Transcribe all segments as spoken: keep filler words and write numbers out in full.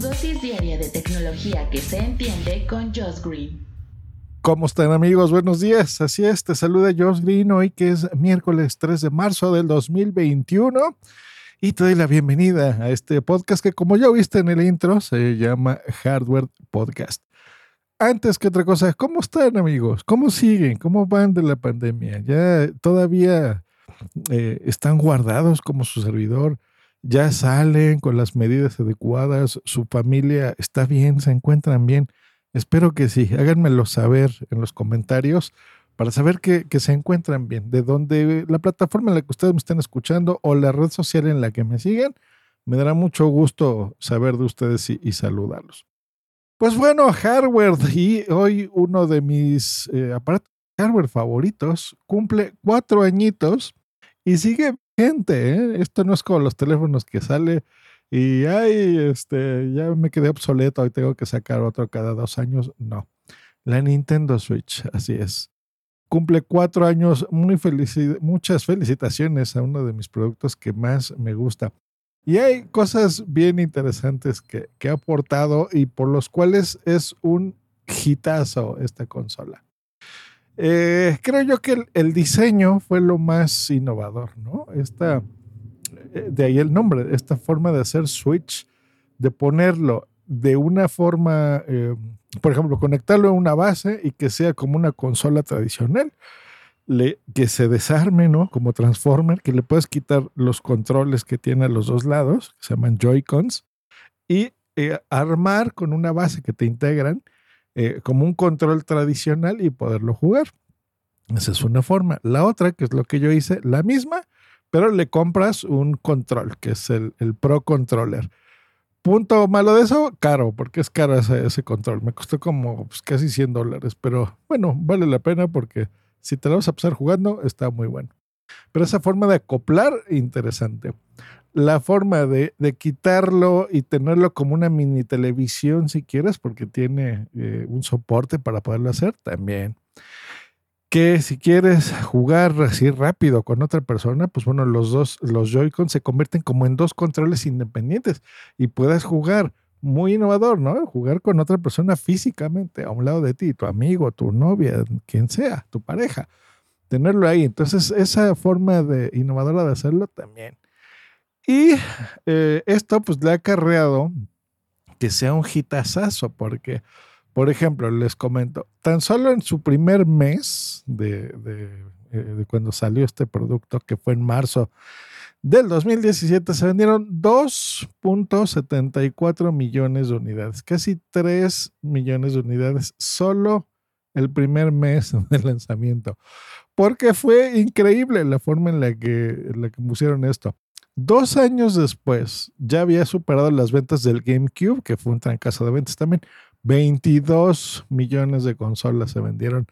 dosis diaria de tecnología que se entiende con Josh Green. ¿Cómo están, amigos? Buenos días. Así es, te saluda Josh Green hoy que es miércoles tres de marzo del dos mil veintiuno y te doy la bienvenida a este podcast que, como ya viste en el intro, se llama Hardware Podcast. Antes que otra cosa, ¿cómo están, amigos? ¿Cómo siguen? ¿Cómo van de la pandemia? ¿Ya todavía eh, están guardados como su servidor? ¿Ya salen con las medidas adecuadas? ¿Su familia está bien? ¿Se encuentran bien? Espero que sí. Háganmelo saber en los comentarios para saber que, que se encuentran bien. De donde la plataforma en la que ustedes me están escuchando o la red social en la que me siguen, me dará mucho gusto saber de ustedes y, y saludarlos. Pues bueno, hardware, y hoy uno de mis eh, aparatos hardware favoritos cumple cuatro añitos y sigue vigente, ¿eh? Esto no es como los teléfonos que sale y ay, este, ya me quedé obsoleto y tengo que sacar otro cada dos años. No, la Nintendo Switch, así es. Cumple cuatro años, muy felici- muchas felicitaciones a uno de mis productos que más me gusta. Y hay cosas bien interesantes que, que ha aportado y por los cuales es un hitazo esta consola. Eh, creo yo que el, el diseño fue lo más innovador, ¿no? Esta, eh, de ahí el nombre, esta forma de hacer Switch, de ponerlo de una forma, eh, por ejemplo, conectarlo a una base y que sea como una consola tradicional. Le, que se desarme, ¿no? Como Transformer, que le puedes quitar los controles que tiene a los dos lados, que se llaman Joy-Cons, y eh, armar con una base que te integran eh, como un control tradicional y poderlo jugar. Esa es una forma. La otra, que es lo que yo hice, la misma, pero le compras un control, que es el, el Pro Controller. Punto malo de eso, caro, porque es caro ese, ese control. Me costó como pues, casi cien dólares, pero bueno, vale la pena porque si te lo vas a pasar jugando, está muy bueno. Pero esa forma de acoplar, interesante. La forma de, de quitarlo y tenerlo como una mini televisión, si quieres, porque tiene eh, un soporte para poderlo hacer, también. Que si quieres jugar así rápido con otra persona, pues bueno, los dos, los Joy-Con se convierten como en dos controles independientes y puedes jugar. Muy innovador, ¿no? Jugar con otra persona físicamente a un lado de ti, tu amigo, tu novia, quien sea, tu pareja. Tenerlo ahí. Entonces, esa forma de innovadora de hacerlo también. Y eh, esto pues le ha acarreado que sea un hitazazo, porque, por ejemplo, les comento, tan solo en su primer mes de, de, eh, de cuando salió este producto, que fue en marzo del dos mil diecisiete, se vendieron dos punto setenta y cuatro millones de unidades, casi tres millones de unidades solo el primer mes de lanzamiento, porque fue increíble la forma en la que, en la que pusieron esto. Dos años después ya había superado las ventas del GameCube, que fue un trancazo de ventas también. veintidós millones de consolas se vendieron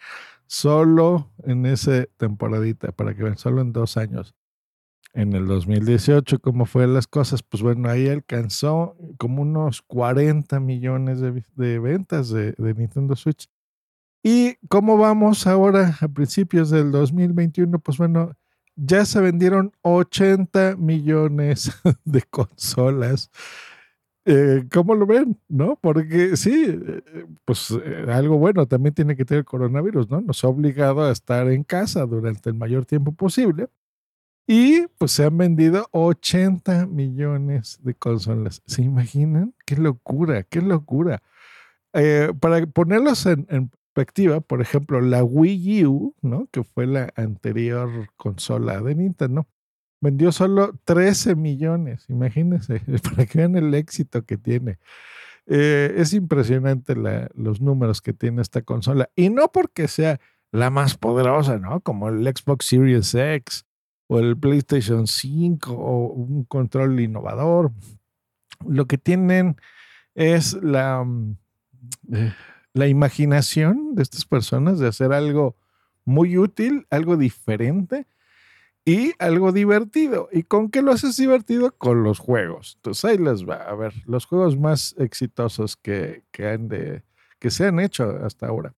solo en esa temporadita, para que vean, solo en dos años. En el dos mil dieciocho, ¿cómo fue las cosas? Pues bueno, ahí alcanzó como unos cuarenta millones de, de ventas de, de Nintendo Switch. ¿Y cómo vamos ahora a principios del dos mil veintiuno? Pues bueno, ya se vendieron ochenta millones de consolas. Eh, ¿Cómo lo ven? ¿No? Porque sí, eh, pues eh, algo bueno también tiene que tener el coronavirus, ¿no? Nos ha obligado a estar en casa durante el mayor tiempo posible. Y pues se han vendido ochenta millones de consolas. ¿Se imaginan? ¡Qué locura! ¡Qué locura! Eh, para ponerlos en, en perspectiva, por ejemplo, la Wii U, ¿no? Que fue la anterior consola de Nintendo, vendió solo trece millones. Imagínense, para que vean el éxito que tiene. Eh, es impresionante la, los números que tiene esta consola. Y no porque sea la más poderosa, ¿no? Como el Xbox Series X o el PlayStation cinco o un control innovador. Lo que tienen es la, eh, la imaginación de estas personas de hacer algo muy útil, algo diferente y algo divertido. ¿Y con qué lo haces divertido? Con los juegos. Entonces ahí les va. A ver, los juegos más exitosos que, que, han de, que se han hecho hasta ahora.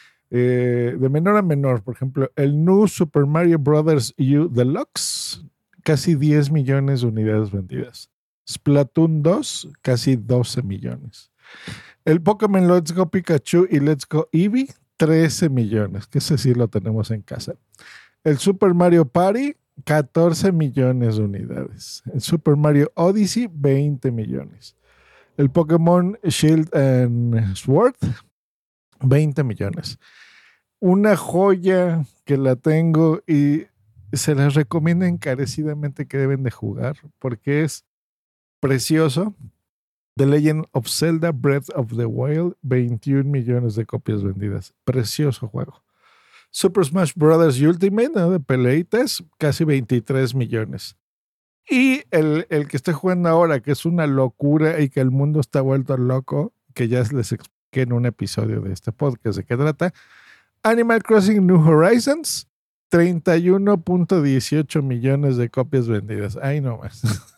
Eh, de menor a menor, por ejemplo, el New Super Mario Bros. U Deluxe, casi diez millones de unidades vendidas. Splatoon dos, casi doce millones. El Pokémon Let's Go Pikachu y Let's Go Eevee, trece millones, que ese sí lo tenemos en casa. El Super Mario Party, catorce millones de unidades. El Super Mario Odyssey, veinte millones. El Pokémon Shield and Sword, veinte millones. Una joya que la tengo y se las recomiendo encarecidamente que deben de jugar porque es precioso. The Legend of Zelda Breath of the Wild, veintiún millones de copias vendidas. Precioso juego. Super Smash Bros. Ultimate, ¿no? De peleitas, casi veintitrés millones. Y el, el que estoy jugando ahora, que es una locura y que el mundo está vuelto loco, que ya les expliqué en un episodio de este podcast de qué trata, Animal Crossing New Horizons, treinta y uno punto dieciocho millones de copias vendidas. Ay, no más.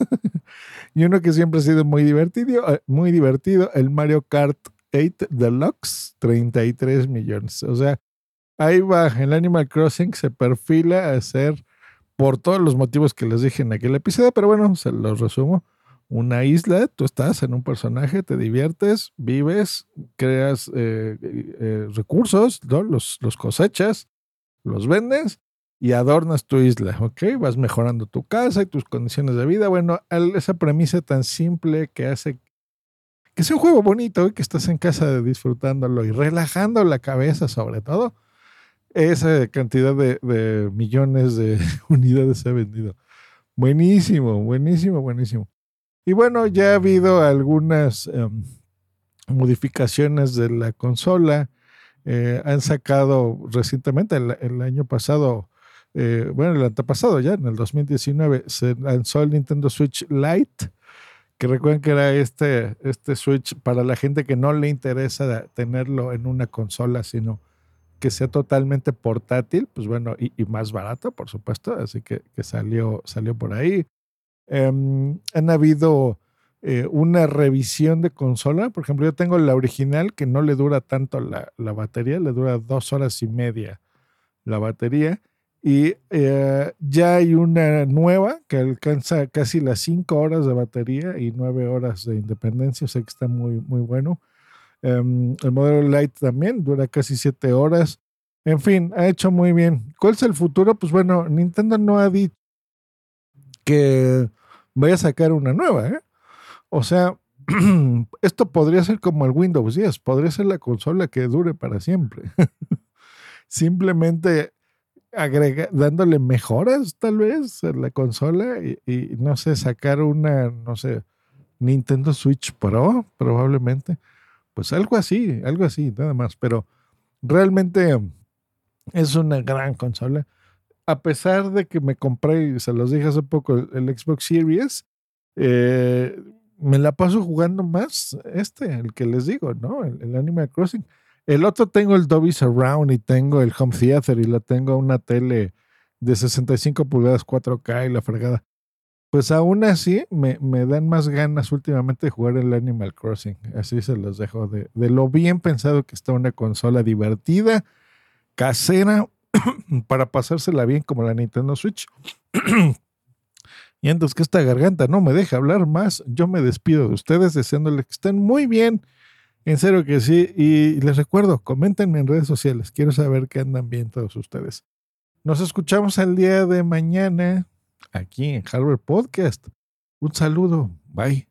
Y uno que siempre ha sido muy divertido, muy divertido, el Mario Kart ocho Deluxe, treinta y tres millones. O sea, ahí va, el Animal Crossing se perfila a ser, por todos los motivos que les dije en aquel episodio, pero bueno, se los resumo. Una isla, tú estás en un personaje, te diviertes, vives, creas eh, eh, recursos, ¿no? los, los cosechas, los vendes y adornas tu isla, ¿ok? Vas mejorando tu casa y tus condiciones de vida. Bueno, esa premisa tan simple que hace que sea un juego bonito y que estás en casa disfrutándolo y relajando la cabeza sobre todo, esa cantidad de, de millones de unidades se ha vendido. Buenísimo, buenísimo, buenísimo. Y bueno, ya ha habido algunas um, modificaciones de la consola. Eh, han sacado recientemente, el, el año pasado, eh, bueno, el antepasado ya, en el dos mil diecinueve, se lanzó el Nintendo Switch Lite, que recuerden que era este, este Switch para la gente que no le interesa tenerlo en una consola, sino que sea totalmente portátil, pues bueno, y, y más barato, por supuesto, así que, que salió, salió por ahí. Um, han habido eh, una revisión de consola. Por ejemplo, yo tengo la original que no le dura tanto la, la batería, le dura dos horas y media la batería. Y eh, ya hay una nueva que alcanza casi las cinco horas de batería y nueve horas de independencia, o sea que está muy, muy bueno. Um, el modelo Lite también dura casi siete horas. En fin, ha hecho muy bien. ¿Cuál es el futuro? Pues bueno, Nintendo no ha dicho que vaya a sacar una nueva, ¿eh? O sea, esto podría ser como el Windows diez, podría ser la consola que dure para siempre. Simplemente agrega, dándole mejoras tal vez a la consola y, y no sé, sacar una, no sé, Nintendo Switch Pro probablemente. Pues algo así, algo así, nada más. Pero realmente es una gran consola. A pesar de que me compré, se los dije hace poco, el, el Xbox Series, eh, me la paso jugando más este, el que les digo, ¿no? El, el Animal Crossing. El otro tengo el Dolby Surround y tengo el Home Theater y la tengo a una tele de sesenta y cinco pulgadas cuatro K y la fregada. Pues aún así me, me dan más ganas últimamente de jugar el Animal Crossing. Así se los dejo de, de lo bien pensado que está una consola divertida, casera, para pasársela bien como la Nintendo Switch. Y entonces que esta garganta no me deja hablar más, yo me despido de ustedes deseándoles que estén muy bien, en serio que sí, y les recuerdo, coméntenme en redes sociales, quiero saber que andan bien todos ustedes. Nos escuchamos el día de mañana aquí en Hardware Podcast. Un saludo, bye.